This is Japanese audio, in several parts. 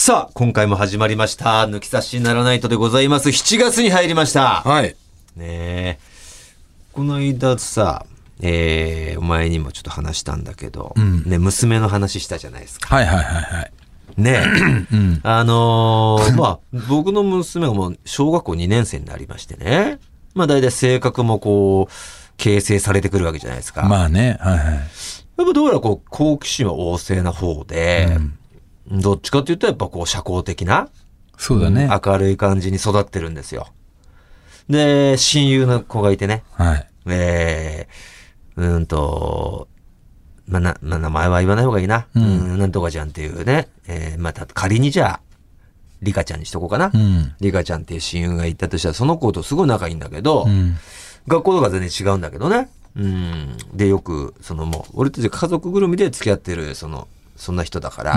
さあ、今回も始まりました。抜き差しならないとでございます。7月に入りました。 はい。 ねえ。この間さ、お前にもちょっと話したんだけど、ね、娘の話したじゃないですか。 はいはいはいはい。 ねえ。まあ、僕の娘がもう小学校2年生になりましてね。まあ大体性格もこう、形成されてくるわけじゃないですか。 まあね、はいはい。 やっぱどうやらこう、好奇心は旺盛な方で、どっちかっていうとやっぱこう、社交的な、 そうだね。 明るい感じに育ってるんですよ。で、親友の子がいてね。 はい。 まあ、名前は言わない方がいいな。なんとかちゃんっていうね。また仮にじゃあ、リカちゃんにしとこうかな。リカちゃんっていう親友がいたとしたら、その子とすごい仲いいんだけど、学校とか全然違うんだけどね。で、よく、もう、俺たち家族ぐるみで付き合ってる、そんな人だから、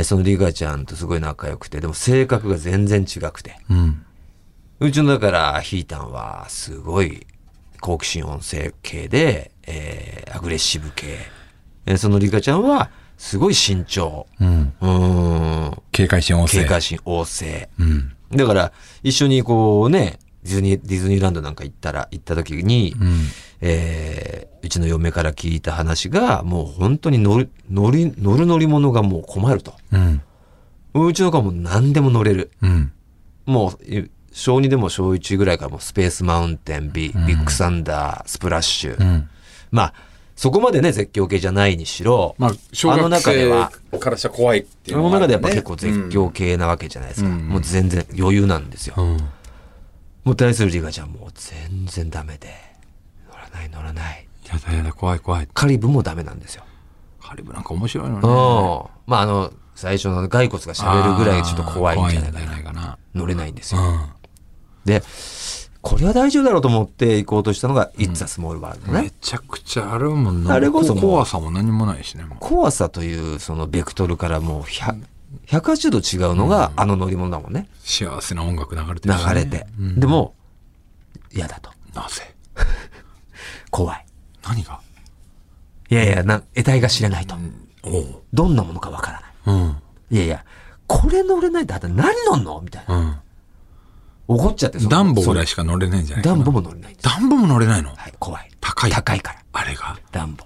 そのリカちゃんとすごい仲良くて、でも性格が全然違くて。うちのだから、ヒータンは、すごい、好奇心旺盛系で、アグレッシブ系。そのリカちゃんは、すごい慎重。 警戒心旺盛。 警戒心旺盛。だから、一緒にこうね、ディズニーランドなんか行った時に、うちの嫁から聞いた話が、もう本当に乗る乗り物がもう困ると。うちの子はもう何でも乗れる。もう、小2でも小1ぐらいからもうスペースマウンテン、ビッグサンダー、スプラッシュ。まあ、そこまでね、絶叫系じゃないにしろ、 まあ、小学生からしたら怖いっていうの中でやっぱ結構絶叫系なわけじゃないですか。もう全然余裕なんですよ。もう対するリカちゃんもう全然ダメで、乗らない。 やだ、怖い。 カリブもダメなんですよ。 カリブなんか面白いのね。 まあ最初の骸骨が喋るぐらいちょっと怖いんじゃないかな。乗れないんですよ。で、これは大丈夫だろうと思って行こうとしたのが、It's a Small World ね。 めちゃくちゃあるもんな。 あれこそ怖さも何もないしね。 怖さというそのベクトルからもう180度違うのがあの乗り物だもんね。 幸せな音楽流れてるしね。 流れて。でも、嫌だと。 なぜ怖い。 何がいや、得体が知れないと。どんなものかわからない。いや、これ乗れないってあんた何乗んのみたいな。怒っちゃって。 ダンボぐらいしか乗れないんじゃないかな。 ダンボも乗れないんです。 ダンボも乗れないの？ はい、怖い。 高いから。 あれがダンボ。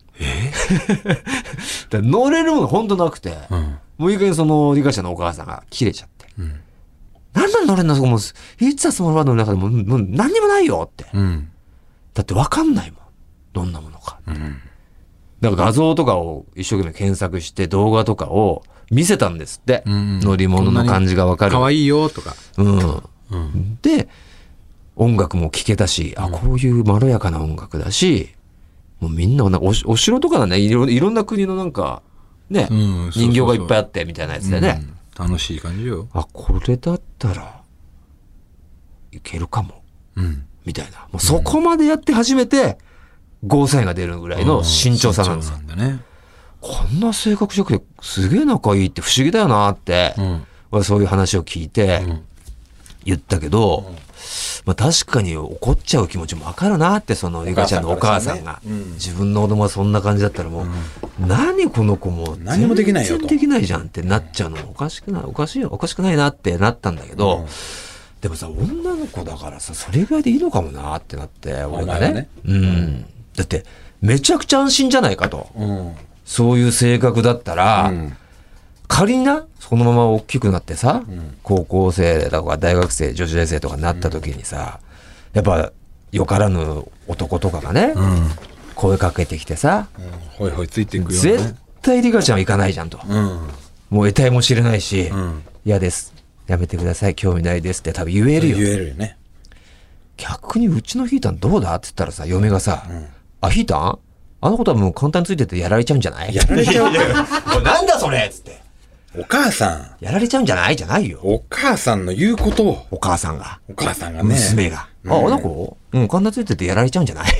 だ乗れるものほんとなくて、もういい加減リカちゃんのお母さんが切れちゃって。何乗れんのそこも、いつはそのワードの中でもう何にもないよって。だってわかんないもん。どんなものか。だから画像とかを一生懸命検索して動画とかを見せたんですって。乗り物の感じがわかる。 かわいいよとか。 で、音楽も聴けたし、こういうまろやかな音楽だし、もうみんなお城とかね、いろんな国のなんか、ね、人形がいっぱいあってみたいなやつでね。 楽しい感じよ。 これだったら、いけるかも。みたいな。もうそこまでやって初めて、ゴーサインが出るぐらいの慎重さなんですよ。こんな性格弱ですげえ仲いいって不思議だよなって、そういう話を聞いて言ったけど、まあ確かに怒っちゃう気持ちもわかるなって、リカちゃんのお母さんが。自分の子供がそんな感じだったらもう、何この子も何もできないよと。 全然できないじゃんってなっちゃうのもおかしくないなってなったんだけど、でもさ、女の子だからさ、それぐらいでいいのかもなってなって、俺がね。だって、めちゃくちゃ安心じゃないかと。そういう性格だったら、仮にな、そのまま大きくなってさ、高校生とか大学生、女子大生とかになった時にさ、やっぱ、よからぬ男とかがね、声かけてきてさ、 ほいほいついていくよね。 絶対リカちゃんは行かないじゃんと。もう得体も知れないし、嫌です。やめてください、興味ないですって多分言えるよ。 言えるよね。 逆にうちのヒータンどうだって言ったらさ、嫁がさ、ヒータンあの子多分簡単についててやられちゃうんじゃない？ やられちゃうよ。 なんだそれっつって。 お母さん。 やられちゃうんじゃないよ。 お母さんの言うことを。 お母さんがね。娘が。あの子簡単ついててやられちゃうんじゃない？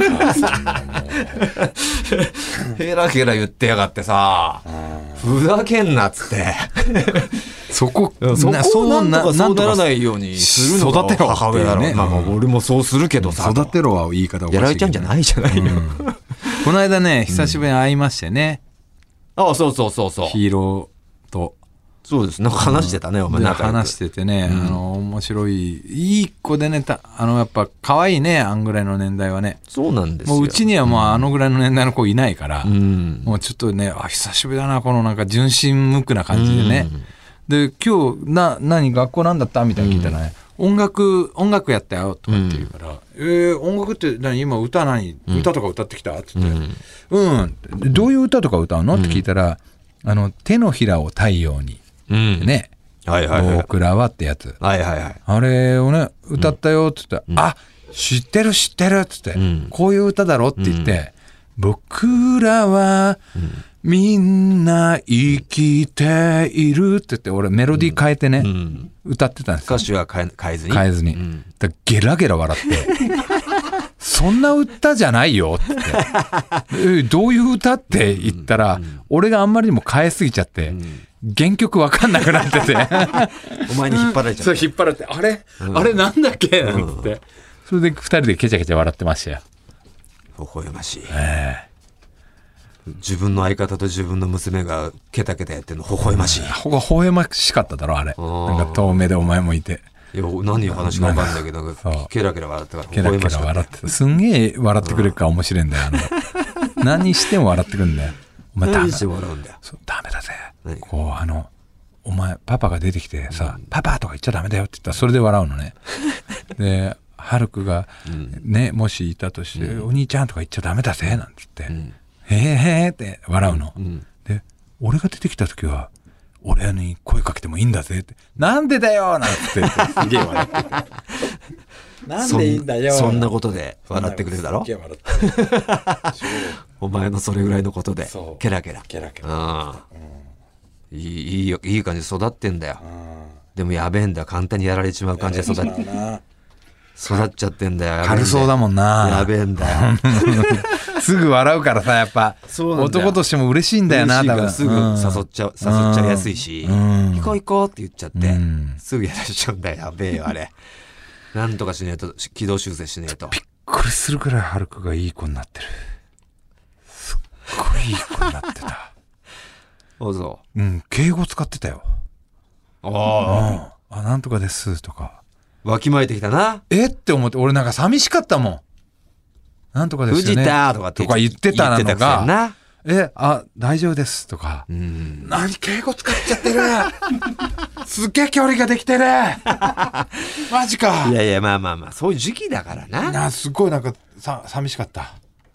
ヘラヘラ言ってやがってさ、ふざけんなっつって。そこをなんとかそうならないようにするのが母親だろうね。まあ俺もそうするけどさ。 育てろは言い方おかしい。 やられちゃうんじゃないよ。 この間ね、久しぶりに会いましてね。 そう。 ヒーローと。 そうです。なんか話してたね、お前で仲良く。 話しててね、面白いいい子でね、やっぱ可愛いね、あんぐらいの年代はね。 そうなんですよ。 もううちにはもうあのぐらいの年代の子いないから、 うん。 もうちょっとね、久しぶりだな、このなんか純真無垢な感じでね。で、今日何学校なんだったみたいに聞いたらね、音楽やったよとかって言うから、音楽って今歌歌とか歌ってきたって言って、どういう歌とか歌うのって聞いたら、手のひらを太陽に、ね、 はいはいはい。 僕らはってやつ。 はいはいはい。 あれをね、歌ったよって言って、あ、知ってるって言って、こういう歌だろって言って、僕らはみんな生きているって言って、俺メロディー変えてね、歌ってたんですよ。 歌詞は変えずに。 変えずに。だからゲラゲラ笑って、そんな歌じゃないよって言って、どういう歌って言ったら、俺があんまりにも変えすぎちゃって、原曲わかんなくなっててお前に引っ張られちゃった。 そう、引っ張られて、あれなんだっけなんて。それで二人でケチャケチャ笑ってましたよ。 微笑ましい。自分の相方と自分の娘がケタケタやってるの微笑ましい。 微笑ましかっただろ、あれ。なんか遠目でお前もいて。 いや、何の話か分かんないけど、ケラケラ笑ってから微笑ましかった。 ケラケラ笑ってた。すんげえ笑ってくれるから面白いんだよ。何しても笑ってくるんだよ。お前何して笑うんだよ。 ダメだぜ。こうお前パパが出てきてさ、パパとか言っちゃダメだよって言ったらそれで笑うのね。で、ハルクがね、もしいたとして、お兄ちゃんとか言っちゃダメだぜなんて言って、へーって笑うの。で、俺が出てきた時は、俺に声かけてもいいんだぜって、なんでだよなんて言って、すげえ笑ってて。なんでいいんだよ。 そんなことで笑ってくれるだろ。お前のそれぐらいのことでケラケラ。 ケラケラ。 いい感じで育ってんだよ。でもやべえんだよ、簡単にやられちまう感じで育っちゃってんだよ。 軽そうだもんな。 やべえんだよ。 すぐ笑うからさ、やっぱ男としても嬉しいんだよな。多分すぐ誘っちゃいやすいし、行こう行こうって言っちゃって、すぐやられちゃうんだよ。やべえよあれ。なんとかしねえと、軌道修正しねえと。 びっくりするくらいハルクがいい子になってる。すっごいいい子になってた。 そう。 敬語使ってたよ。なんとかですとか。 わきまえてきたな。 って思って、俺なんか寂しかったもん。なんとかですよね。 藤田とか言ってたのが、大丈夫ですとか。何敬語使っちゃってる。すっげえ距離ができてる。マジか。 いやいや、まあ、そういう時期だからな。 すっごいなんか寂しかった。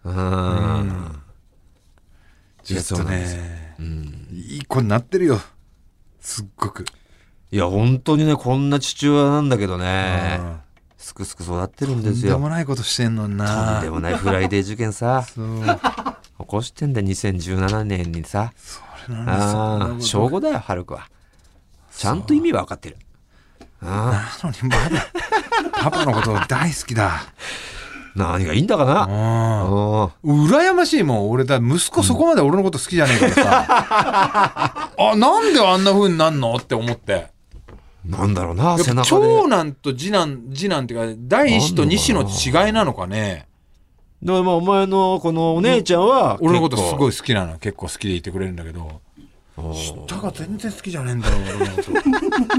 実はね、いい子になってるよ。すっごく。 いや、本当にね、こんな父親なんだけどね。すくすく育ってるんですよ。 とんでもないことしてんのにな。 とんでもないフライデー受験さ。起こしてんだよ、2017年にさ。小5だよ、ハルクは。ちゃんと意味は分かってる。 なのにまだパパのこと大好きだ。 何がいいんだかな。 羨ましいもん。俺息子そこまで俺のこと好きじゃねえからさ。なんであんな風になんのって思って。 なんだろうな、背中で。 長男と次男っていうか、第一と二子の違いなのかね。 だからお前のこのお姉ちゃんは、 俺のことすごい好きなの。結構好きでいてくれるんだけど、下が全然好きじゃねえんだよ、俺のこと。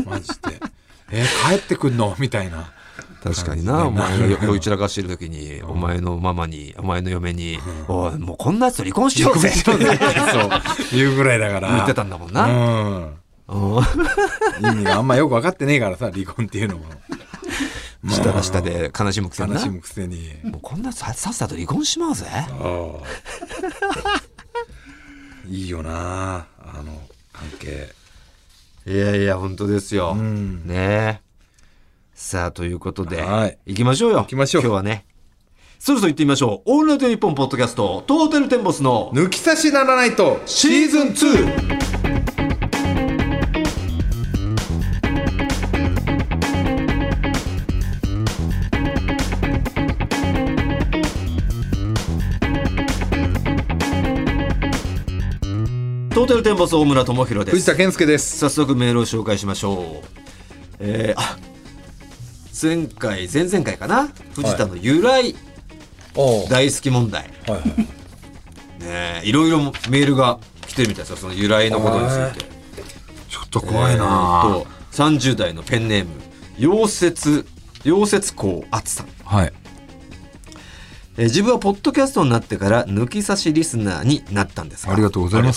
マジで。帰ってくんのみたいな。 確かにな、お前が酔い散らかしてる時に、お前のママに、お前の嫁に、おい、もうこんなやつと離婚しようぜ。そう言うぐらいだから。 言ってたんだもんな。 意味があんまよく分かってねえからさ、離婚っていうのも。 下が下で悲しむくせにな。 悲しむくせに。 もうこんなさっさと離婚しまうぜ。 いいよな、関係。 いやいや、本当ですよ。ねえ。さあ、ということで、行きましょうよ。 行きましょう。 今日はね。そろそろ行ってみましょう。オールナイトニッポンポッドキャスト、トータルテンボスの抜き差しならないとシーズン 2。 トータルテンボス大村智弘です。 藤田健介です。 早速メールを紹介しましょう。前々回かな、藤田の由来、大好き問題、ね、いろいろメールが来てるみたいですよ、その由来のことについて。 ちょっと怖いな。 30代のペンネーム溶接工あつさん。 はい。 自分はポッドキャストになってから抜き差しリスナーになったんですが、 ありがとうございます。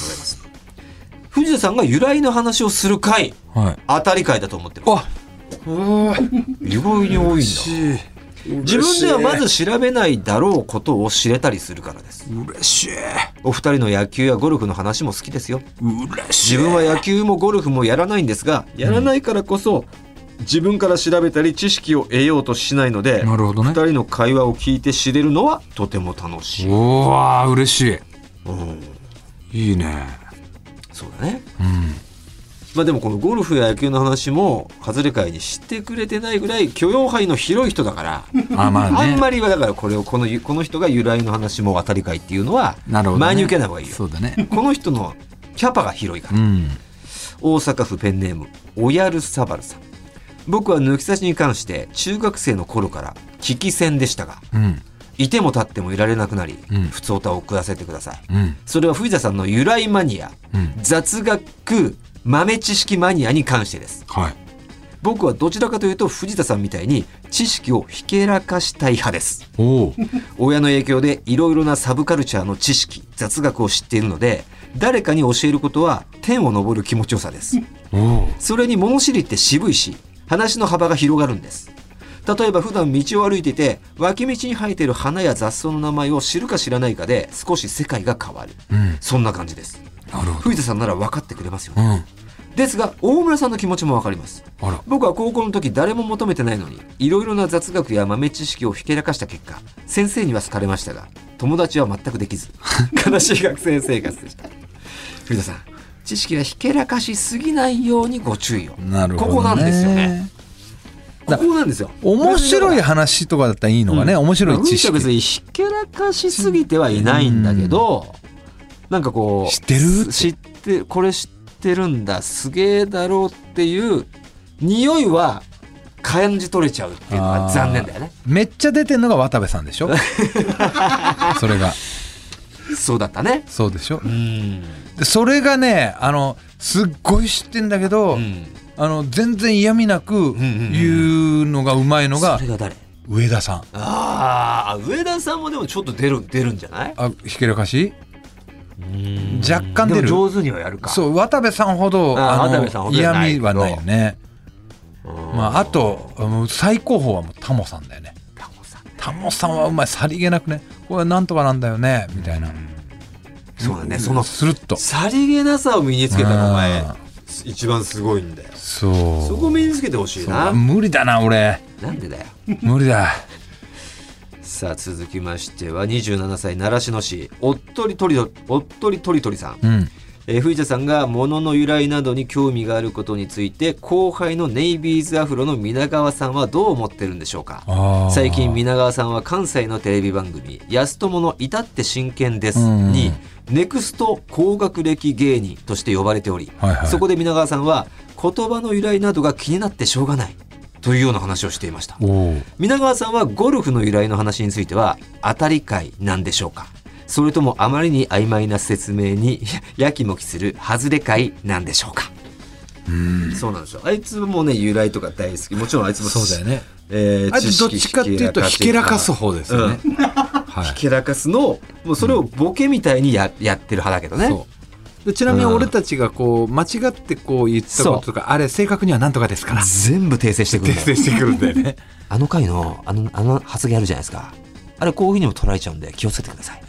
藤田さんが由来の話をする回、 はい、 当たり回だと思ってます。意外に多いんだ。自分ではまず調べないだろうことを知れたりするからです。 嬉しい。 お二人の野球やゴルフの話も好きですよ。 嬉しい。 自分は野球もゴルフもやらないんですが、やらないからこそ、自分から調べたり知識を得ようとしないので、 なるほどね、 二人の会話を聞いて知れるのはとても楽しい。 おわー、嬉しい、いいね。 そうだね、まあ、でもこのゴルフや野球の話も外れ会に知ってくれてないぐらい許容範囲の広い人だからあんまりはだからこの人が由来の話も当たり会っていうのは前に受けない方がいいよ。 そうだね。 この人のキャパが広いから、大阪府ペンネームおやるさばるさん。僕は抜き差しに関して中学生の頃から危機戦でしたが、いても立ってもいられなくなり、普通歌を送らせてください、それは藤田さんの由来マニア、雑学豆知識マニアに関してです、僕はどちらかというと藤田さんみたいに知識をひけらかしたい派です。親の影響でいろいろなサブカルチャーの知識雑学を知っているので、誰かに教えることは天を昇る気持ちよさです。それに物知りって渋いし話の幅が広がるんです。例えば普段道を歩いていて脇道に生えている花や雑草の名前を知るか知らないかで少し世界が変わる、そんな感じです。藤田さんなら分かってくれますよね、ですが大村さんの気持ちも分かります。僕は高校の時誰も求めてないのにいろいろな雑学や豆知識をひけらかした結果、先生には好かれましたが友達は全くできず悲しい学生生活でした。藤田さん、知識はひけらかしすぎないようにご注意を。 なるほどね、 ここなんですよね。ここなんですよ。 面白い話とかだったらいいのがね、面白い知識。 別にひけらかしすぎてはいないんだけど、なんかこう知ってるこれ知ってるんだすげえだろうっていう匂いは感じ取れちゃうっていうのが残念だよね。 めっちゃ出てるのが渡部さんでしょそれがそうだったね。 そうでしょ。でそれがね、すっごい知ってんだけど、全然嫌味なく言うのがうまいのが、 それが誰？ 上田さん。 上田さんもでもちょっと出るんじゃない？ ひけらかし若干出る。 でも上手にはやるか。 そう、渡部さんほど嫌味はないよね。あと最高峰はもうタモさんだよね。タモさんはうまい。さりげなくね、これなんとかなんだよねみたいな。 そうだね、そのスルッとさりげなさを身につけたのお前一番すごいんだよ。そこ身につけてほしいな。 無理だな俺。 なんでだよ無理だ。 さあ続きましては27歳習志野市おっとりとりさん、藤田さんが物の由来などに興味があることについて後輩のネイビーズアフロの皆川さんはどう思ってるんでしょうか。最近皆川さんは関西のテレビ番組安友の至って真剣ですにネクスト高学歴芸人として呼ばれており、そこで皆川さんは言葉の由来などが気になってしょうがないというような話をしていました。皆川さんはゴルフの由来の話については当たり会なんでしょうか、それともあまりに曖昧な説明にやきもきする外れ会なんでしょうか。そうなんですよ。あいつもね由来とか大好き。もちろんあいつもそうだよね。あいつどっちかっていうとひけらかす方ですよね。 ひけらかすのもうそれをボケみたいにやってる派だけどね。 でちなみに俺たちがこう間違ってこう言ったこととか、あれ正確には何とかですから全部訂正してくるんだよ。 訂正してくるんだよね。 あの回のあの発言あるじゃないですか。あれこういうふうにも捉えちゃうんで気をつけてください。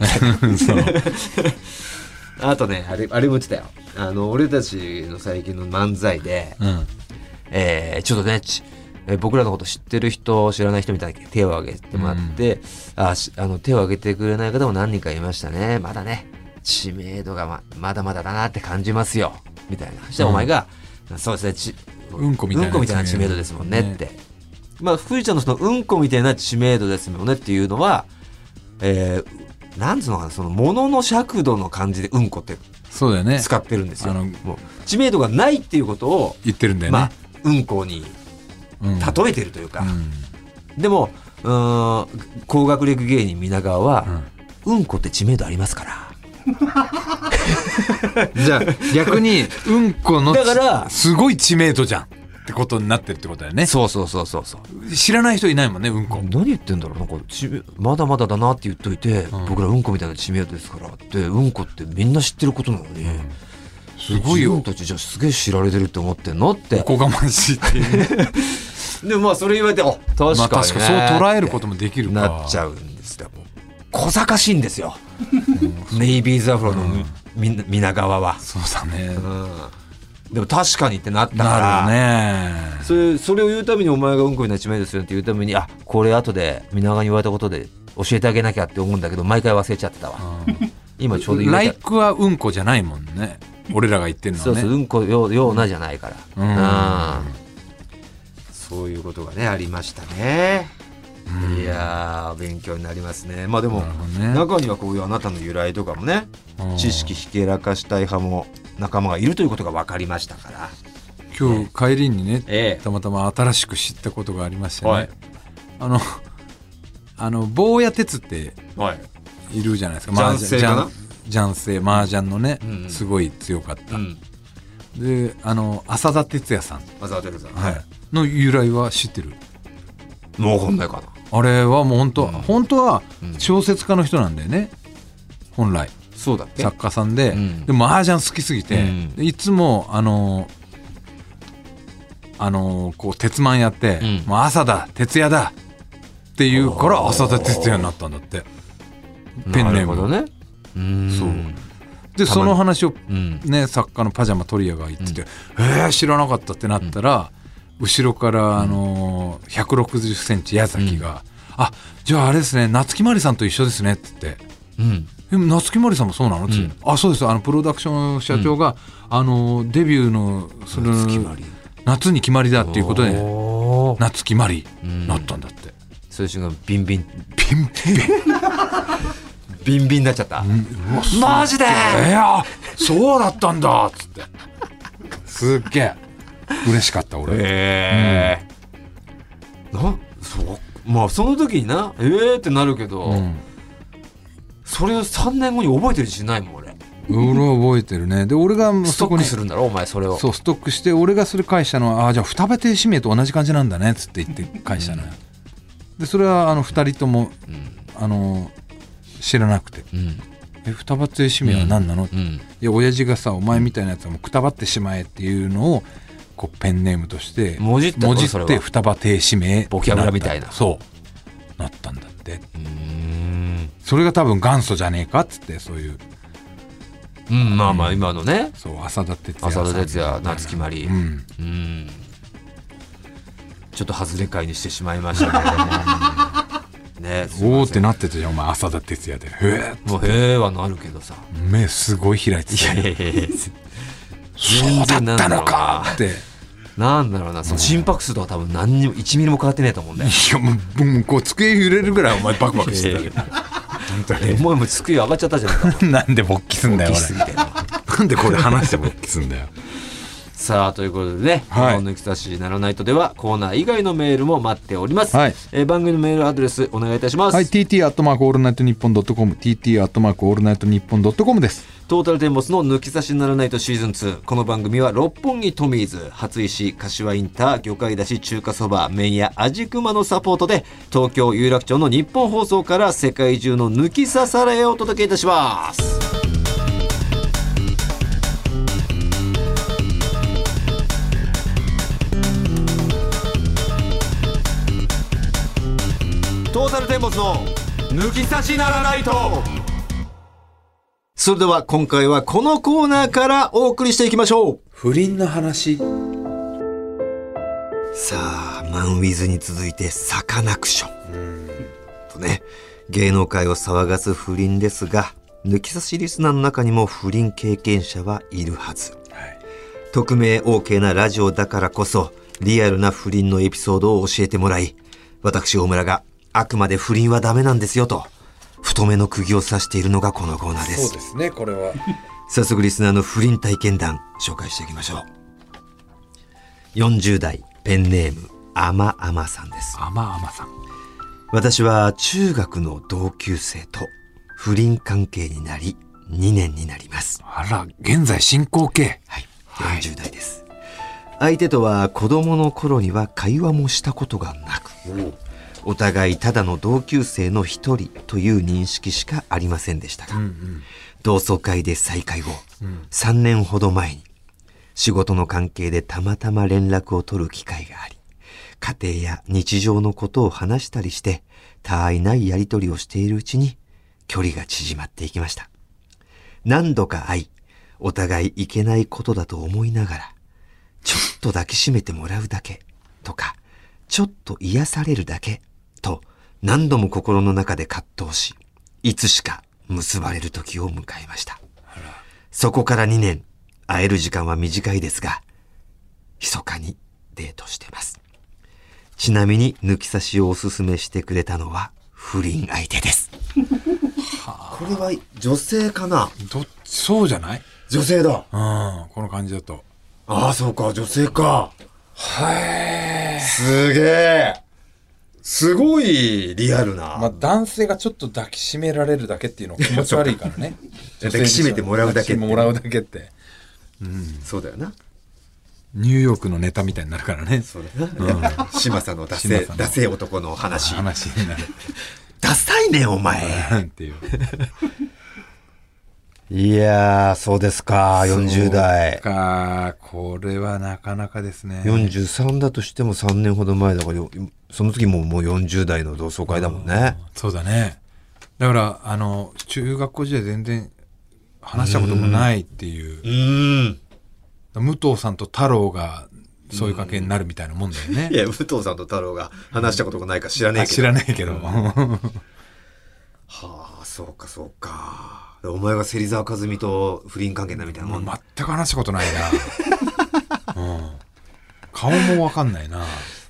あとねあれも言ってたよ。俺たちの最近の漫才で、ちょっとね僕らのこと知ってる人知らない人みたいな手を挙げてもらって、手を挙げてくれない方も何人かいましたね。まだね知名度が まだまだだなって感じますよみたいな。そしたらお前が、そうですねうんこみたいな知名度ですもんねって、藤ちゃんのそのうんこみたいな知名度ですもんねっていうのは、なんつうのかな、その物の尺度の感じでうんこってそうだよね使ってるんですよ。もう知名度がないっていうことを言ってるんだよね。 うんこに例えてるというか、でも高学歴芸人皆川は、うんこって知名度ありますからじゃあ逆にうんこのだからすごい知名度じゃんってことになってるってことだよね。 そう。 知らない人いないもんね、うんこ。 何言ってんだろう、なんかまだまだだなって言っといて、僕らうんこみたいな知名度ですからってうんこってみんな知ってることなのに、 すごいよ。 自分たちじゃあすげえ知られてるって思ってんのって。 おこがましいっていうね。 でもまあそれ言われて、あ、確かにね、 まあ確かそう捉えることもできるか。 なっちゃうんですよ。小賢しいんですよ。ネイビーズアフロの皆川は。 そうだね。 でも確かにってなったから。 なるね。それを言うためにお前がうんこになっちまいですよって言うために、あ、これ後で皆川に言われたことで教えてあげなきゃって思うんだけど毎回忘れちゃってたわ。今ちょうど言うた。 ライクはうんこじゃないもんね。俺らが言ってるのはね。 そううんこようなじゃないから。そういうことがねありましたね。いやー勉強になりますね。まあでも、中にはこういうあなたの由来とかもね、知識ひけらかしたい派も仲間がいるということが分かりましたから、 今日帰りにね、たまたま新しく知ったことがありましてね、坊や鉄っているじゃないですか。雀聖麻雀のね、すごい強かった、で浅田哲也さんの由来は知ってる？ もう分かんないかな。 あれはもう本当は小説家の人なんだよね、本来。 そうだっけ？ 作家さんで、でも麻雀好きすぎて、いつもこう鉄マンやって、もう朝だ徹夜だっていうから浅田哲也になったんだって、ペンネーム。なるほどね。そうでその話をね、作家のパジャマトリアが言ってて、知らなかったってなったら、後ろから160センチ矢崎が、あ、じゃああれですね、夏木マリさんと一緒ですねって言って、夏木マリさんもそうなのって言って、あ、そうです、プロダクション社長が、デビューのその夏に決まりだっていうことで、夏木マリなったんだって。 そういう瞬間ビンビンになっちゃった。マジで？いや、そうだったんだっつって、すっげえ嬉しかった俺。 まあその時になってなるけど、それを3年後に覚えてる自信ないもん俺。 俺は覚えてるね。で俺がストックするんだろお前それを。 そうストックして、俺がそれ返したのは、じゃあ双葉亭指名と同じ感じなんだねっつって言って返したのよ。でそれは2人とも、知らなくて、双葉亭指名は何なの、いや親父がさ、お前みたいなやつはもうくたばってしまえっていうのをこうペンネームとしてもじって双葉亭指名ボキャブラみたいな、 そうなったんだって。それが多分元祖じゃねえかっつって、そういう、 まあまあ今のね、 そう浅田哲也夏木マリ、ちょっと外れ会にしてしまいましたね。 おーってなってたじゃんお前、浅田哲也で。 もうへーはなるけどさ、 目すごい開いてた。いやそうだったのかって。 なんだろうな、その心拍数とか多分何にも1ミリも変わってねえと思うんだよ。 いやもうこう机揺れるぐらいお前バクバクしてたけど本当にお前も机上がっちゃったじゃないか。 なんで勃起すんだよ俺。なんでこれ話して勃起すんだよ。 さあということでね、抜き差しならないとではコーナー以外のメールも待っております。番組のメールアドレスお願いいたします。 TT アットマークオールナイトニッポンドットコム TT アットマークオールナイトニッポンドットコムです。 トータルテンボスの抜き差しならないとシーズン2。この番組は六本木トミーズ、初石、柏インター、魚介だし、中華そば、麺屋、味熊のサポートで、東京有楽町の日本放送から世界中の抜き差されをお届けいたします。トータルテンボスの抜き差しならないと。それでは今回はこのコーナーからお送りしていきましょう。 不倫の話。 さあマンウィズに続いてサカナクションとね、芸能界を騒がす不倫ですが、抜き差しリスナーの中にも不倫経験者はいるはず、匿名 OK なラジオだからこそリアルな不倫のエピソードを教えてもらい、私大村があくまで不倫はダメなんですよと太めの釘を刺しているのがこのコーナーです。 そうですね、これは早速リスナーの不倫体験談紹介していきましょう。40代ペンネームあまあまさんです。 あまあまさん。 私は中学の同級生と不倫関係になり 2年になります。 あら、現在進行形。 はい。40代です。相手とは子供の頃には会話もしたことがなく、お互いただの同級生の一人という認識しかありませんでしたが、同窓会で再会後、3年ほど前に仕事の関係でたまたま連絡を取る機会があり、家庭や日常のことを話したりして、他愛ないやりとりをしているうちに距離が縮まっていきました。何度か会い、お互いいけないことだと思いながら、ちょっと抱きしめてもらうだけとか、ちょっと癒されるだけと何度も心の中で葛藤し、いつしか結ばれる時を迎えました。そこから2年、会える時間は短いですが、密かにデートしてます。ちなみに抜き差しをおすすめしてくれたのは不倫相手です。これは女性かな？ そうじゃない？ 女性だ。 この感じだと。 ああ、そうか、女性か。 はい。 すげえ。すごいリアルな。 まあ、男性がちょっと抱きしめられるだけっていうの気持ち悪いからね。 抱きしめてもらうだけって。 もらうだけって。 そうだよな。 ニューヨークのネタみたいになるからね。 そうだな。嶋佐のダセ男の話になる。ダサいね、お前。っていう。いやー、そうですか、40代。 これはなかなかですね。 43だとしても3年ほど前だから、その時もう40代の同窓会だもんね。 そうだね。だから、中学校時代全然話したこともないっていう。武藤さんと太郎がそういう関係になるみたいなもんだよね。 いや、武藤さんと太郎が話したことがないか知らねえけど。 知らないけど。 はあ、そうかそうか。お前が芹沢和美と不倫関係なみたいなもん。 全く話したことないな。顔もわかんないな。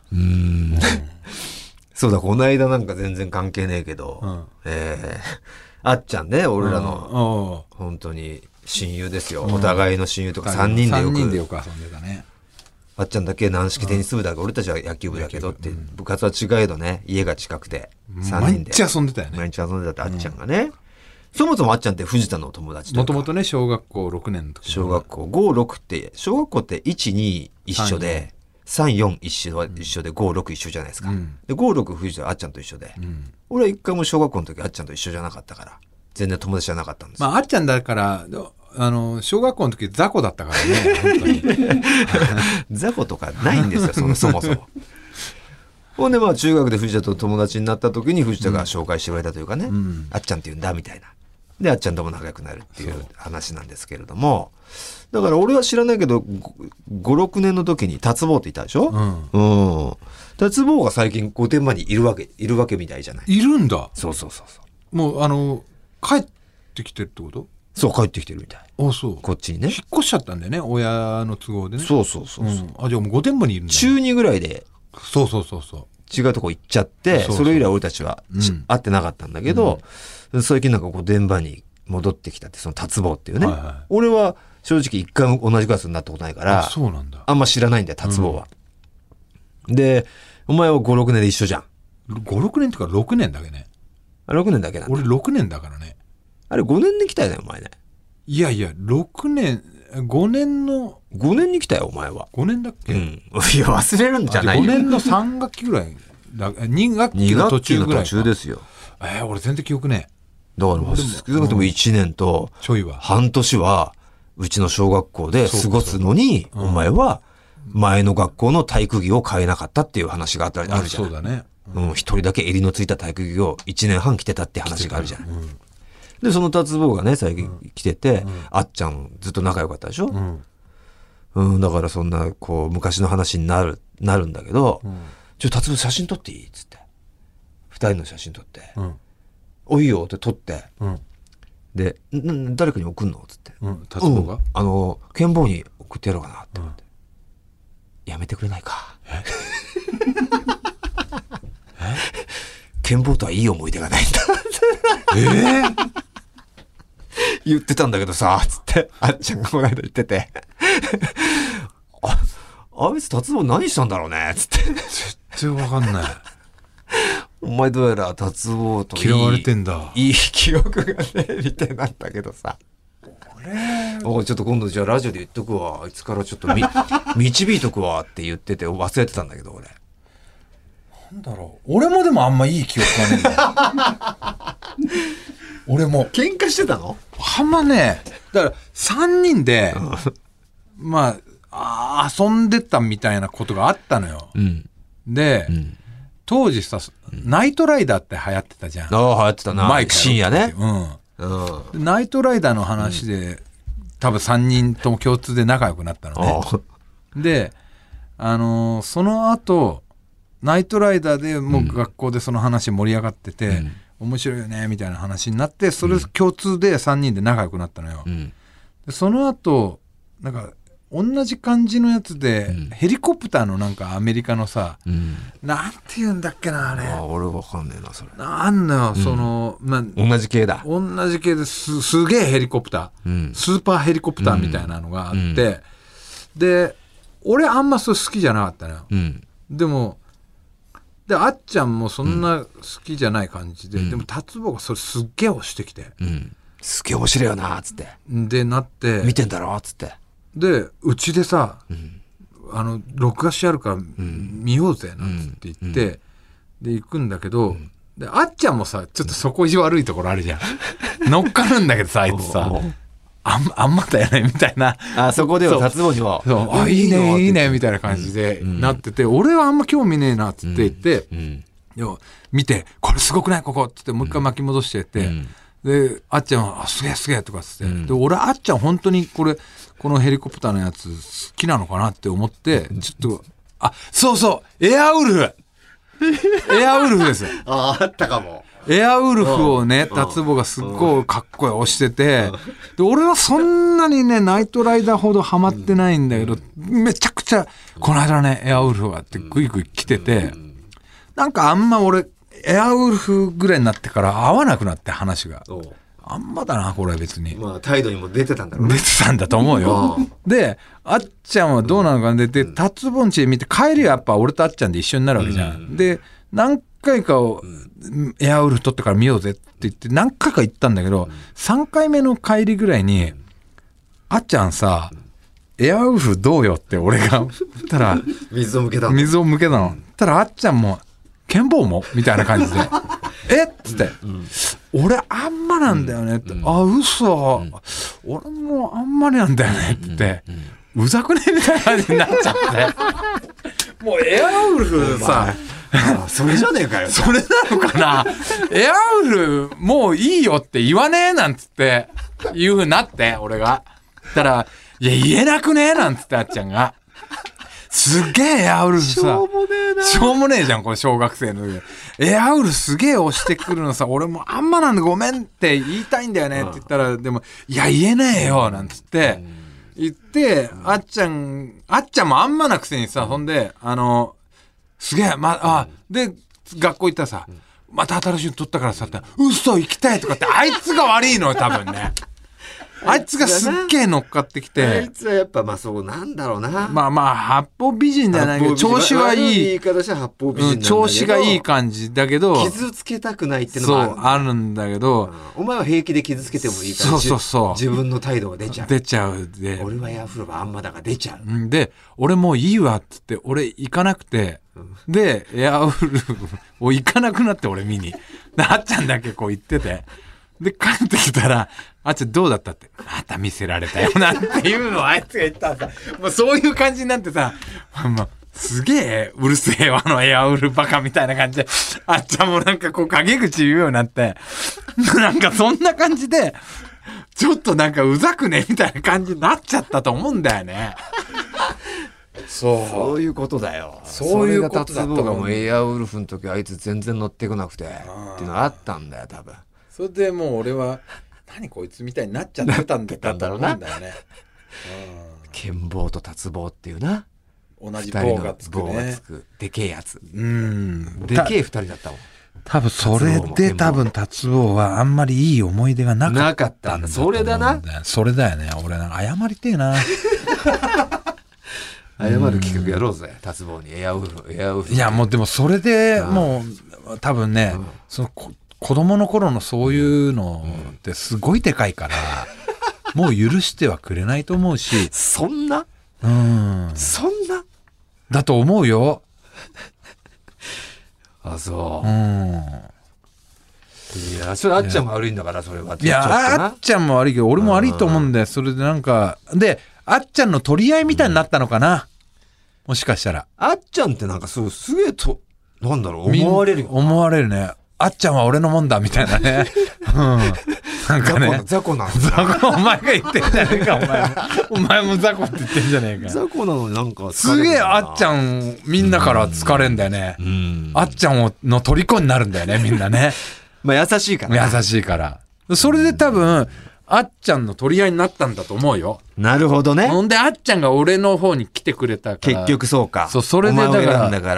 そうだ、この間なんか全然関係ねえけど、あっちゃんね、俺らの本当に親友ですよ。お互いの親友とか3人でよく遊んでたね。 あっちゃんだけ軟式テニス部だから俺たちは野球部だけどって、部活は違えどね、家が近くて3人で毎日遊んでたよね。 毎日遊んでたってあっちゃんがね。そもそもあっちゃんって藤田の友達というか。 もともとね、小学校6年の時。 小学校5、6って、小学校って1、2一緒で、3、4一緒で、5、6一緒じゃないですか。で、5、6藤田あっちゃんと一緒で。俺は一回も小学校の時あっちゃんと一緒じゃなかったから、全然友達じゃなかったんですよ。 まあ、あっちゃんだから、小学校の時雑魚だったからね、本当に。 雑魚とかないんですよ、そもそも。ほんでまあ中学で藤田と友達になった時に藤田が紹介してくれたというかね、あっちゃんって言うんだみたいな。で、あっちゃんとも仲良くなるっていう話なんですけれども、だから俺は知らないけど、5、6年の時に達坊っていたでしょ？達坊が最近御殿場にいるわけみたいじゃない？ いるんだ。 そう。 もう帰ってきてるってこと？ そう、帰ってきてるみたい。 あ、そう。 こっちにね。 引っ越しちゃったんだよね、親の都合でね。 そう。 あ、じゃあもう御殿場にいるんだ。 中2ぐらいで。 そう。 違うとこ行っちゃって、それ以来俺たちは会ってなかったんだけど、最近なんか御殿場に戻ってきたって、その達坊っていうね。俺は正直一回も同じクラスになったことないから、 そうなんだ。 あんま知らないんだよ、達坊は。で、お前は5、6年で一緒じゃん。 5、6年ってか6年だけね。 6年だけなんだ。 俺6年だからね。 あれ5年に来たよね、お前ね。 いや、6年、5年の。 5年に来たよ、お前は。 5年だっけ？ いや、忘れるんじゃないよ。 5年の3学期ぐらい。2学期の途中ぐらいか。 2学期の途中ですよ。 俺全然記憶ねえ。 だからもう、少なくとも1年と、 ちょいは。 半年は、うちの小学校で過ごすのに、お前は、前の学校の体育着を買えなかったっていう話があるじゃん。 そうだね。 一人だけ襟のついた体育着を1年半着てたって話があるじゃん。で、その達坊がね、最近来てて、あっちゃんずっと仲良かったでしょ？だからそんな、こう、昔の話になるんだけど、達坊写真撮っていい？っつって。2人の写真撮って。おいいよって撮って。で、誰かに送んの？つって。 達坊が？ 剣坊に送ってやろうかなって思って。やめてくれないか。剣坊とはいい思い出がないんだ。言ってたんだけどさ、つって、あっちゃんがこの間言ってて。あいつ達坊何したんだろうね、つって。 全然わかんない。 お前どうやら達坊と嫌われてんだ。 いい記憶がね、みたいなんだけどさ。 おちょっと今度じゃあラジオで言っとくわ、あいつからちょっと導いとくわって言ってて忘れてたんだけど俺。 なんだろう、俺もでもあんまいい記憶がねえんだ俺も喧嘩してたの？ あんまね、だから3人でまあ遊んでたみたいなことがあったのよ、で、当時さナイトライダーって流行ってたじゃん。 ああ流行ってたな、 マイク深夜ね。 ナイトライダーの話で、多分3人とも共通で仲良くなったのね。でその後ナイトライダーでもう学校でその話盛り上がってて、面白いよねみたいな話になって、それ共通で3人で仲良くなったのよ、でその後なんか同じ感じのやつで、ヘリコプターのなんかアメリカのさ、なんて言うんだっけなあれ。 俺わかんねえなそれ。 なんだよ、その、 同じ系だ。 同じ系ですげえヘリコプター、スーパーヘリコプターみたいなのがあって、で俺あんまそれ好きじゃなかったのよ、でもであっちゃんもそんな好きじゃない感じで、でも達坊がそれすっげえ押してきて、 すげえ面白いよなっつって、 でなって見てんだろっつって、 でうちでさ、録画してあるから見ようぜなんて言って、で行くんだけど、であっちゃんもさちょっと底意地悪いところあるじゃん乗っかるんだけどさあいつさあんまだよねみたいな、 そこでは達坊にはあいいねいいねみたいな感じでなってて、俺はあんま興味ねえなっつって言って、見てこれすごくないここっつってもう一回巻き戻してやって、であっちゃんはすげえすげえとかっつって、で俺あっちゃん本当にこのヘリコプターのやつ好きなのかなって思って、ちょっとそうそうエアウルフエアウルフですあったかも。 エアウルフをね達坊がすっごいかっこいい押してて、で俺はそんなにねナイトライダーほどハマってないんだけど、めちゃくちゃこの間ねエアウルフがってグイグイ来てて、なんかあんま俺エアウルフぐらいになってから合わなくなって話があんまだなこれ別に、 態度にも出てたんだろうね。 出てたんだと思うよであっちゃんはどうなのかねで達坊ん家見て帰りはやっぱ俺とあっちゃんで一緒になるわけじゃん、で何回かをエアウルフ取ってから見ようぜって言って何回か行ったんだけど、3回目の帰りぐらいにあっちゃんさエアウルフどうよって俺が言ったら水を向けたのたらあっちゃんも剣棒もみたいな感じでえっつって、俺あんまなんだよねって、嘘、俺もあんまりなんだよねって言って、うざくねみたいな感じになっちゃってもうエアウルフさそれじゃねえかよ。 それなのかなエアウルフもういいよって言わねえなんつっていう風になって俺がたらいや言えなくねえなんつってあっちゃんがすっげえエアウルフさしょうもねえじゃんこれ小学生の時エアウルフすげえ押してくるのさ俺もあんまなんでごめんって言いたいんだよねって言ったら、でもいや言えねえよなんつって言って、あっちゃんもあんまなくせにさ、ほんですげえで学校行ったらさ、また新しいの取ったからさって嘘行きたいとかってあいつが悪いのよ多分ねあいつがすっげえ乗っかってきて、 あいつはやっぱそうなんだろうな、 八方美人じゃないけど調子はいい言い方したら八方美人なんだけど、 調子がいい感じだけど傷つけたくないっていうのもあるんだけど、 お前は平気で傷つけてもいいから自分の態度が出ちゃうで、俺はエアフロがあんまだから出ちゃうで俺もういいわっつって俺行かなくて、でエアウルフを行かなくなって俺見にであっちゃんだけこう行ってて、で帰ってきたらあっちゃんどうだったってまた見せられたよなんていうのをあいつが言ったらさ、もうそういう感じになってさ、すげえうるせえわエアウルバカみたいな感じであっちゃんもなんかこう陰口言うようになってなんかそんな感じでちょっとなんかうざくねみたいな感じになっちゃったと思うんだよねそういうことだよ。 そういうことだったと思う。それが達坊がもうエアウルフの時あいつ全然乗ってこなくてっていうのあったんだよ多分。 それでもう俺は何こいつみたいになっちゃってたんだろうな剣棒と達坊っていうな、 同じ棒がつくね、 でけえやつ、 でけえ2人だったもん多分それで多分達坊はあんまりいい思い出がなかったんだ。 それだな、 それだよね。俺なんか謝りてえな謝る企画やろうぜ達坊にエアウルフ。 いやもうでもそれでもう多分ね、その子供の頃のそういうのってすごいでかいからもう許してはくれないと思うし。 そんなそんなだと思うよ。 あ、そう。いや、それあっちゃんも悪いんだから、それは。 いや、あっちゃんも悪いけど、俺も悪いと思うんだよ。それでなんか、で、あっちゃんの取り合いみたいになったのかな。もしかしたら。 あっちゃんってなんかすげえと、なんだろう、思われるよ。 思われるね。あっちゃんは俺のもんだ、みたいなね。なんかね。 雑魚なんだ。 お前が言ってんじゃねえか、お前も雑魚って言ってんじゃねえか。 雑魚なのになんかすげえあっちゃん、みんなから疲れんだよね。あっちゃんの虜になるんだよね、みんなね。 まあ優しいから。 優しいから。それで多分、あっちゃんの取り合いになったんだと思うよ。 なるほどね。 ほんで、あっちゃんが俺の方に来てくれたから。 結局そうか。 そう、それでだから、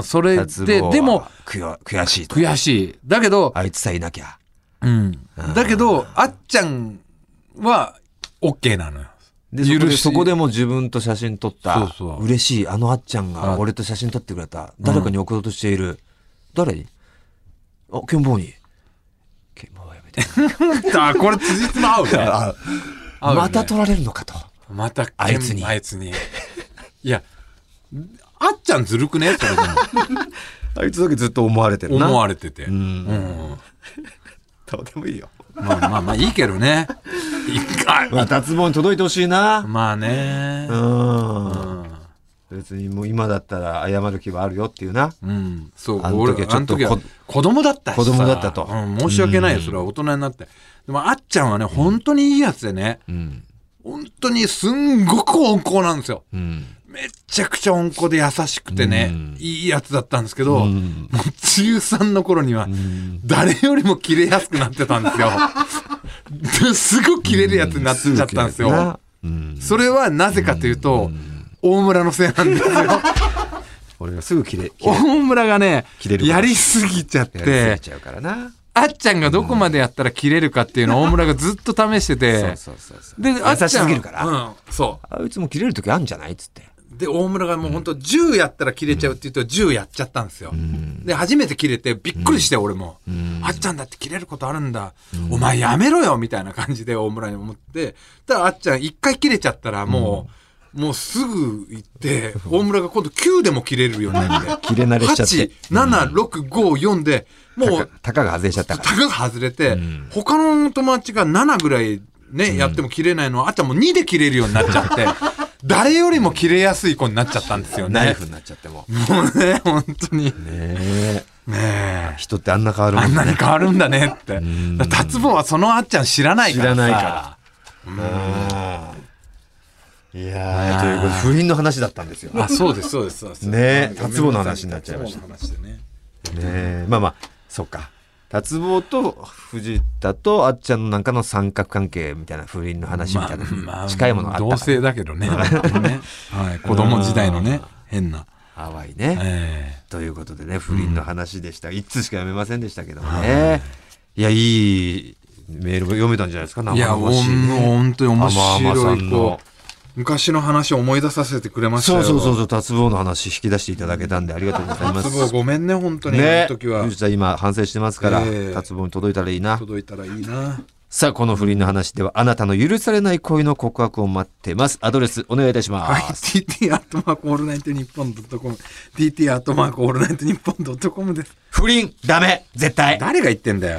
それで、でも、 悔しいと。 悔しい。だけど、 あいつさえいなきゃ。 だけど、あっちゃんは、OK なのよ。 で、そこでも自分と写真撮った。嬉しい。あのあっちゃんが俺と写真撮ってくれた。誰かに送ろうとしている。誰に？あ、ケンボーに。ケンボーはやめて。 これ辻褄合うね。 また撮られるのかと。 またあいつに。いや、あっちゃんずるくねそれでも。 あいつだけずっと思われてるな。 思われてて。どうでもいいよ。 まあいいけどね。一回。 脱帽に届いてほしいな。 まあね。 別にもう今だったら謝る気はあるよっていうな。 そう。俺あの時は子供だったしさ。 子供だったと。 申し訳ないよ。それは大人になって。でもあっちゃんはね、本当にいいやつでね。本当にすんごく温厚なんですよ。めちゃくちゃ温厚で優しくてね、いいやつだったんですけど、もう中3の頃には誰よりもキレやすくなってたんですよ。すごくキレるやつになっちゃったんですよ。それはなぜかというと、大村のせいなんですよ。 俺がすぐキレ。 大村がね、やりすぎちゃって、あっちゃんがどこまでやったら切れるかっていうのを大村がずっと試してて、 で、優しすぎるから、 そう。 あいつも切れる時あるんじゃないっつって。 で、大村がもう本当10やったら切れちゃうって言うと10やっちゃったんですよ。で、初めて切れてびっくりして俺も、あっちゃんだって切れることあるんだ。お前やめろよみたいな感じで大村に思って、ただあっちゃん一回切れちゃったらもうすぐ行って、大村が今度9でも切れるようになって。 切れ慣れしちゃって。 8、7、6、5、4で、もう、 たかが外れちゃったから。 たかが外れて、他の友達が7ぐらいね、やっても切れないのは、あっちゃんもう2で切れるようになっちゃって、誰よりも切れやすい子になっちゃったんですよね。 ナイフになっちゃっても。 もうね、本当に。 ねえ。人ってあんな変わるもんね。 あんなに変わるんだねって。達坊はそのあっちゃん知らないからさ。 知らないから。いやー、ということで不倫の話だったんですよ。 あ、そうですそうですそうです。 ねえ、達坊の話になっちゃいました。ねえ、まあまあ、そっか。達坊と藤田とあっちゃんのなんかの三角関係みたいな不倫の話みたいな近いものあったから。 同性だけどね。はい、子供時代のね、変な。 淡いね。ということでね、不倫の話でした。一通しか読めませんでしたけどもね。いや、いいメールも読めたんじゃないですか。 いや、本当に面白い子。昔の話を思い出させてくれましたよ。 そう、達坊の話引き出していただけたんでありがとうございます。 達坊ごめんね、本当に。 ね、 時は。 藤田今反省してますから、達坊に届いたらいいな。 届いたらいいな。 さあ、この不倫の話ではあなたの許されない恋の告白を待ってます。アドレスお願いいたします。 はい、tt@allnightnippon.com tt@allnightnippon.com です。 不倫ダメ絶対。 誰が言ってんだよ。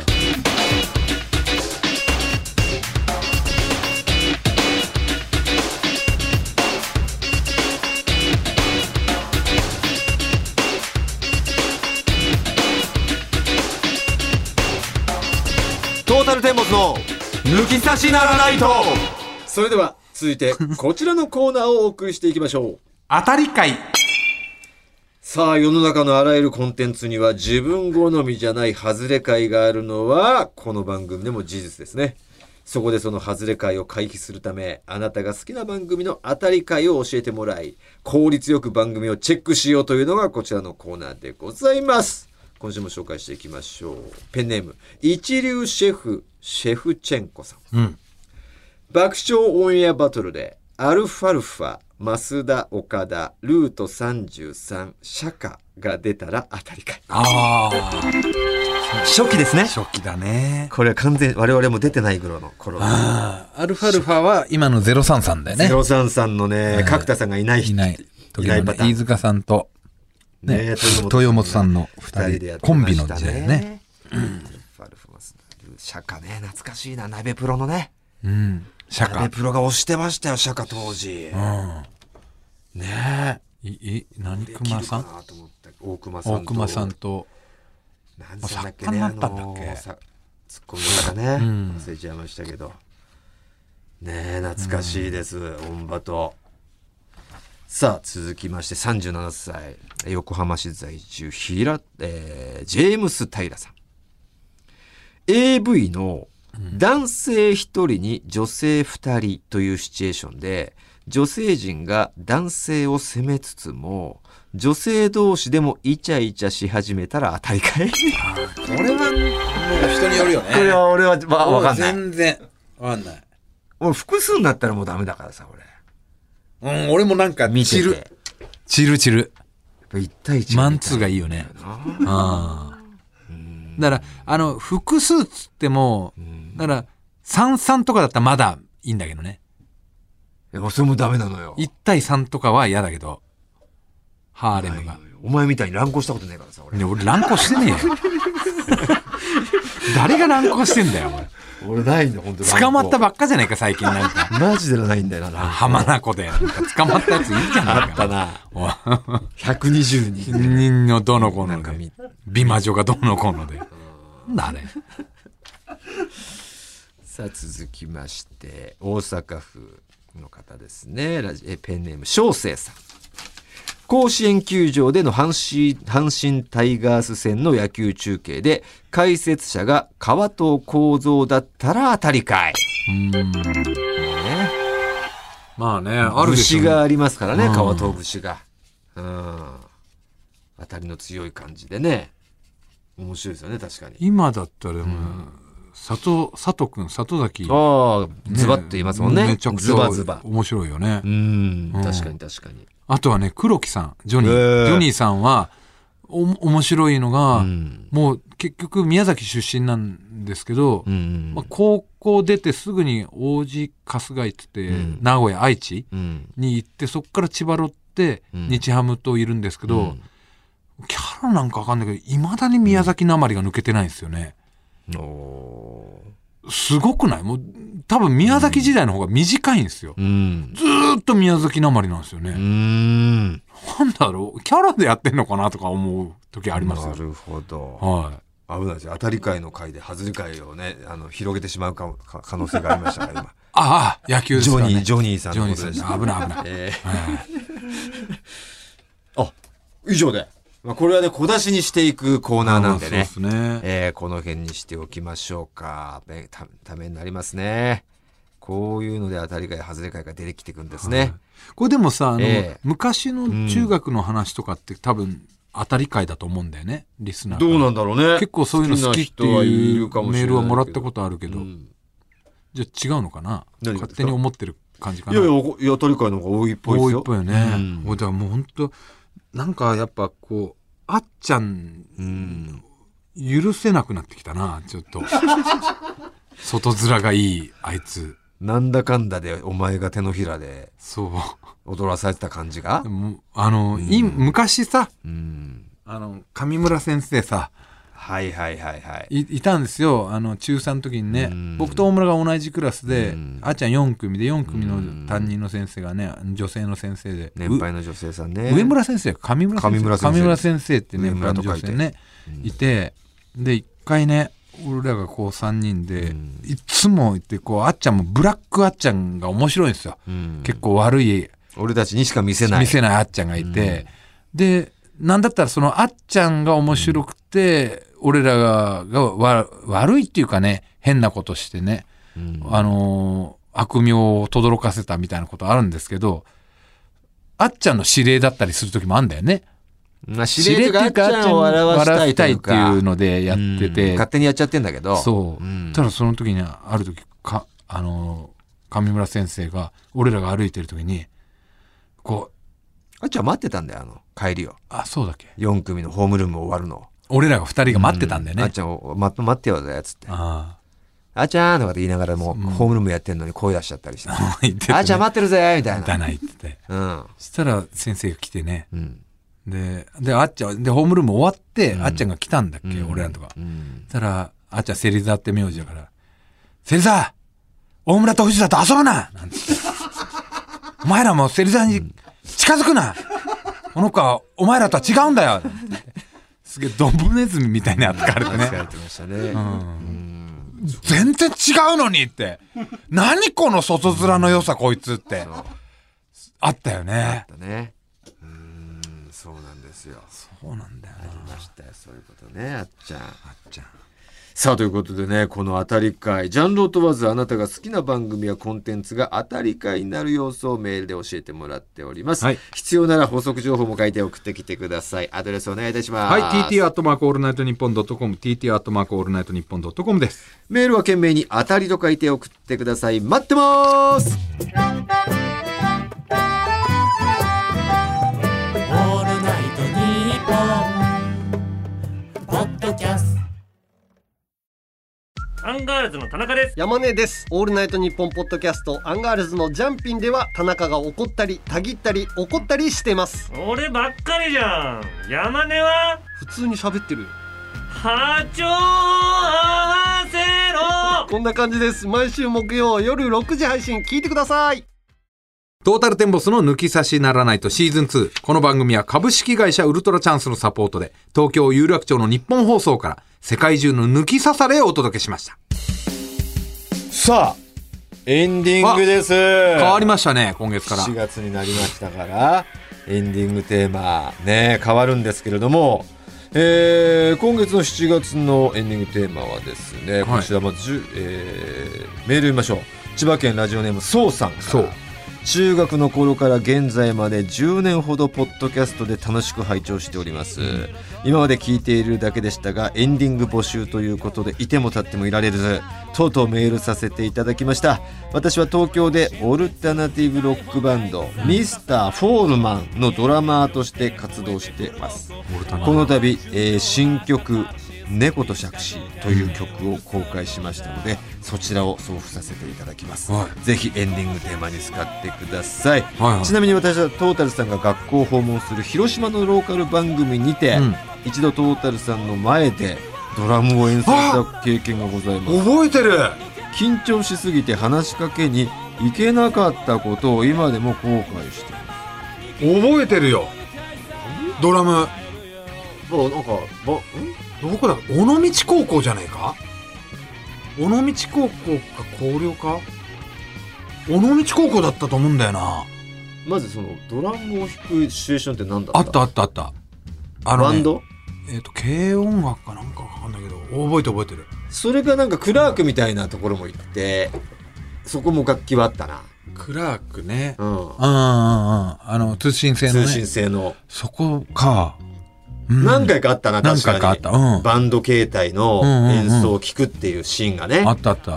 トータルテンボスの抜き差しならないと。 それでは続いてこちらのコーナーをお送りしていきましょう。 当たり会。 さあ、世の中のあらゆるコンテンツには自分好みじゃない外れ会があるのはこの番組でも事実ですね。そこでその外れ会を回避するため、あなたが好きな番組の当たり会を教えてもらい、効率よく番組をチェックしようというのがこちらのコーナーでございます。今週も紹介していきましょう。ペンネーム一流シェフシェフチェンコさん、爆笑オンエアバトルでアルファルファ増田岡田ルート33釈迦が出たら当たり会。 初期ですね。 初期だね。 これは完全我々も出てない頃の頃。 アルファルファは今の033だよね。 033のね、角田さんがいないいない時のね、飯塚さんと、ね、豊本さんの2人でコンビの時代ね。 釈迦ね、懐かしいな、鍋プロのね。 釈迦。 鍋プロが押してましたよ、釈迦当時。ねえ。何熊さん？ 大熊さんと。 大熊さんと。 何さんだっけね、ツッコミの方ね、忘れちゃいましたけど。ねえ、懐かしいです、オンバト。さあ、続きまして37歳、横浜市在住、ジェームス・平さん。AV の男性1人に女性2人というシチュエーションで、女性陣が男性を責めつつも、女性同士でもイチャイチャし始めたら当たりかい？これはもう人によるよね。 これは俺は分かんない。 全然分かんない。 俺複数になったらもうダメだからさ、 俺。俺もなんか見てて。 チル。 やっぱ1対1。 マンツーがいいよね。だから、複数つっても、だから、3-3とかだったらまだいいんだけどね。 それもダメなのよ。 1対3とかは嫌だけど。ハーレムが。 お前みたいに乱行したことねえからさ、俺。 俺乱行してねえよ。誰が乱行してんだよ、 俺ないんだよ、本当に。 捕まったばっかじゃないか、最近なんか。 マジでないんだよな。 浜名湖で。捕まったやついいじゃないか。 あったな。120 人のどの子ので。美魔女がどの子ので。なんだあれ。 さあ、続きまして、大阪府の方ですね。ペンネーム、小生さん。甲子園球場での阪神タイガース戦の野球中継で解説者が川藤幸三だったら当たりかい。 まあね、あるでしょうね。 節がありますからね、川藤節が。当たりの強い感じでね。面白いですよね、確かに。 今だったら、佐藤君、里崎。 ズバッと言いますもんね。 めちゃくちゃ面白いよね。 確かに確かに。 あとはね、黒木さん、ジョニーさんは、面白いのが、もう結局宮崎出身なんですけど、高校出てすぐに王子春日井って言って、名古屋、愛知に行って、そこから千葉ロッテ、日ハムといるんですけど、キャラなんかわかんないけど、未だに宮崎なまりが抜けてないんですよね。すごくない？もう多分宮崎時代の方が短いんですよ。ずーっと宮崎なまりなんですよね。なんだろう、キャラでやってんのかなとか思う時ありますよ。 なるほど。 はい。 危ないですよ。当たり会の会で外れ会をね、広げてしまう可能性がありましたから、今。 ああ、野球ですからね。 ジョニーさんのことでした。 危ない。 以上で。これはね、小出しにしていくコーナーなんでね。 そうですね。 この辺にしておきましょうか。ためになりますね。こういうので当たり会、外れ会が出てきていくんですね。 これでもさ、昔の中学の話とかって多分当たり会だと思うんだよね、リスナー。 どうなんだろうね。 結構そういうの好きっていうメールはもらったことあるけど。じゃあ違うのかな？勝手に思ってる感じかな。 いや、当たり会の方が多いっぽいですよ。 多いっぽいよね。だからもう本当なんかやっぱこう、あっちゃん、許せなくなってきたな、ちょっと。外面がいい、あいつ。 なんだかんだでお前が手のひらで踊らされてた感じが。 昔さ、上村先生さ、いたんですよ。中3の時にね、僕と大村が同じクラスで、あっちゃん4組で、4組の担任の先生がね、女性の先生で。 年配の女性さんね。 上村先生、上村先生って年配の女性ね、いて、で、一回ね、俺らがこう3人で、いつも言って、こう、あっちゃんもブラックあっちゃんが面白いんですよ。結構悪い。 俺たちにしか見せないあっちゃんがいて、で、なんだったらそのあっちゃんが面白くて、俺らが悪いっていうかね、変なことしてね、悪名を轟かせたみたいなことあるんですけど、あっちゃんの指令だったりする時もあるんだよね。 指令っていうか、あっちゃんを笑わしたいっていうのでやってて、 勝手にやっちゃってんだけど。 そう。ただその時に、ある時上村先生が、俺らが歩いてる時に、こう、 あっちゃん待ってたんだよ、帰りを。 あ、そうだっけ。 4組のホームルーム終わるの。 俺らが2人が待ってたんだよね。 あっちゃんを待ってよぜっつって。 ああっちゃんとかって言いながらもうホームルームやってんのに声出しちゃったりして。 言っててねあっちゃん待ってるぜみたいな。 だな言ってて。 うん。 そしたら先生が来てね。 うん。 で、あっちゃん、で、ホームルーム終わって、あっちゃんが来たんだっけ、俺らのとか。 うん。 そしたら、あっちゃん芹沢って名字だから、芹沢大村と藤田と遊ぶななんて言って。お前らも芹沢に近づくなこの子はお前らとは違うんだよすげえドブネズミみたいに扱われてね。 扱われてましたね。 全然違うのにって。何この外面の良さこいつって。あったよね。 あったね。そうなんですよ。 そうなんだよな。 ありましたよ、そういうことね、あっちゃん。 あっちゃん。 さあ、ということでね、この当たり会、ジャンルを問わずあなたが好きな番組やコンテンツが当たり会になる様子をメールで教えてもらっております。 はい、 必要なら補足情報も書いて送ってきてください。アドレスお願いいたします。 はい、TT アットマークオールナイトニッポンドットコム、TT アットマークオールナイトニッポンドットコムです。 メールは懸命に当たりと書いて送ってください。待ってます。 アンガールズの田中です。 山根です。オールナイトニッポンポッドキャストアンガールズのジャンピンでは田中が怒ったりたぎったり怒ったりしてます。 俺ばっかりじゃん。山根は普通に喋ってる。 波長合わせろ。 こんな感じです。毎週木曜夜6時配信聞いてください。 トータルテンボスの抜き差しならないとシーズン2。この番組は株式会社ウルトラチャンスのサポートで東京有楽町の日本放送から世界中の抜き差されをお届けしました。 さあ、エンディングです。 変わりましたね、今月から 4月になりましたからエンディングテーマね変わるんですけれども、今月の7月のエンディングテーマはですね、こちらまず、メール読みましょう。千葉県ラジオネームそうさんから。そう、中学の頃から現在まで10年ほどポッドキャストで楽しく拝聴しております。今まで聞いているだけでしたがエンディング募集ということでいても立ってもいられずとうとうメールさせていただきました。私は東京でオルタナティブロックバンドミスターフォールマンのドラマーとして活動しています。この度、新曲猫と杓子という曲を公開しましたので、そちらを送付させていただきます、ぜひエンディングテーマに使ってください、ちなみに私はトータルさんが学校を訪問する広島のローカル番組にて、一度トータルさんの前でドラムを演奏した経験がございます。 覚えてる。 緊張しすぎて話しかけに行けなかったことを今でも後悔しています。 覚えてるよ、ドラム。 なんかどこだ、尾道高校じゃないか。尾道高校か広陵か、尾道高校だったと思うんだよな。 まずそのドラムを弾くシチュエーションって何だった？ あったバンド？ 軽音楽かなんかわかんないけど覚えてる。 それがなんかクラークみたいなところも行って、そこも楽器はあったな。 クラークね、通信制のね。 通信制のそこか。 何回かあったな、確かに。 何回かあった。 バンド形態の演奏を聴くっていうシーンがね。 あった。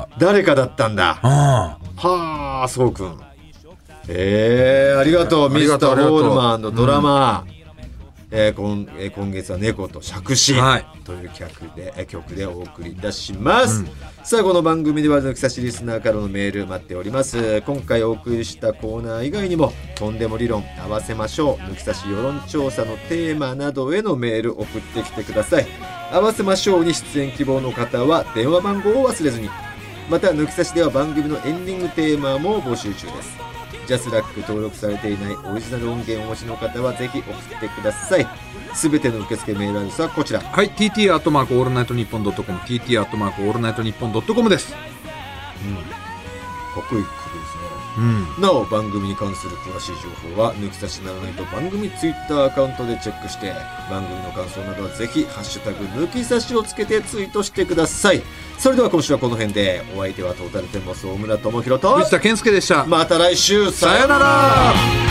誰かだったんだ。はあ、そうくん。ありがとう、ミスター・ホールマンのドラマー。今月は猫と杓子という曲でお送りいたします、さあこの番組では抜き差しリスナーからのメール待っております。今回お送りしたコーナー以外にもとんでも理論合わせましょう抜き差し世論調査のテーマなどへのメール送ってきてください。合わせましょうに出演希望の方は電話番号を忘れずに。また抜き差しでは番組のエンディングテーマも募集中です。ジャスラック登録されていないオリジナル音源をお持ちの方はぜひ送ってください。すべての受付メールアドレスはこちら。 はい、TT アットマークオールナイトニッポンドットコム、TT アットマークオールナイトニッポンドットコムです。 かっこいい曲ですね、なお番組に関する詳しい情報は抜き差しならないと番組ツイッターアカウントでチェックして、番組の感想などはぜひハッシュタグ抜き差しをつけてツイートしてください。それでは今週はこの辺で。お相手はトータルテンボス大村智広と藤田健介でした。 また来週、 さよなら。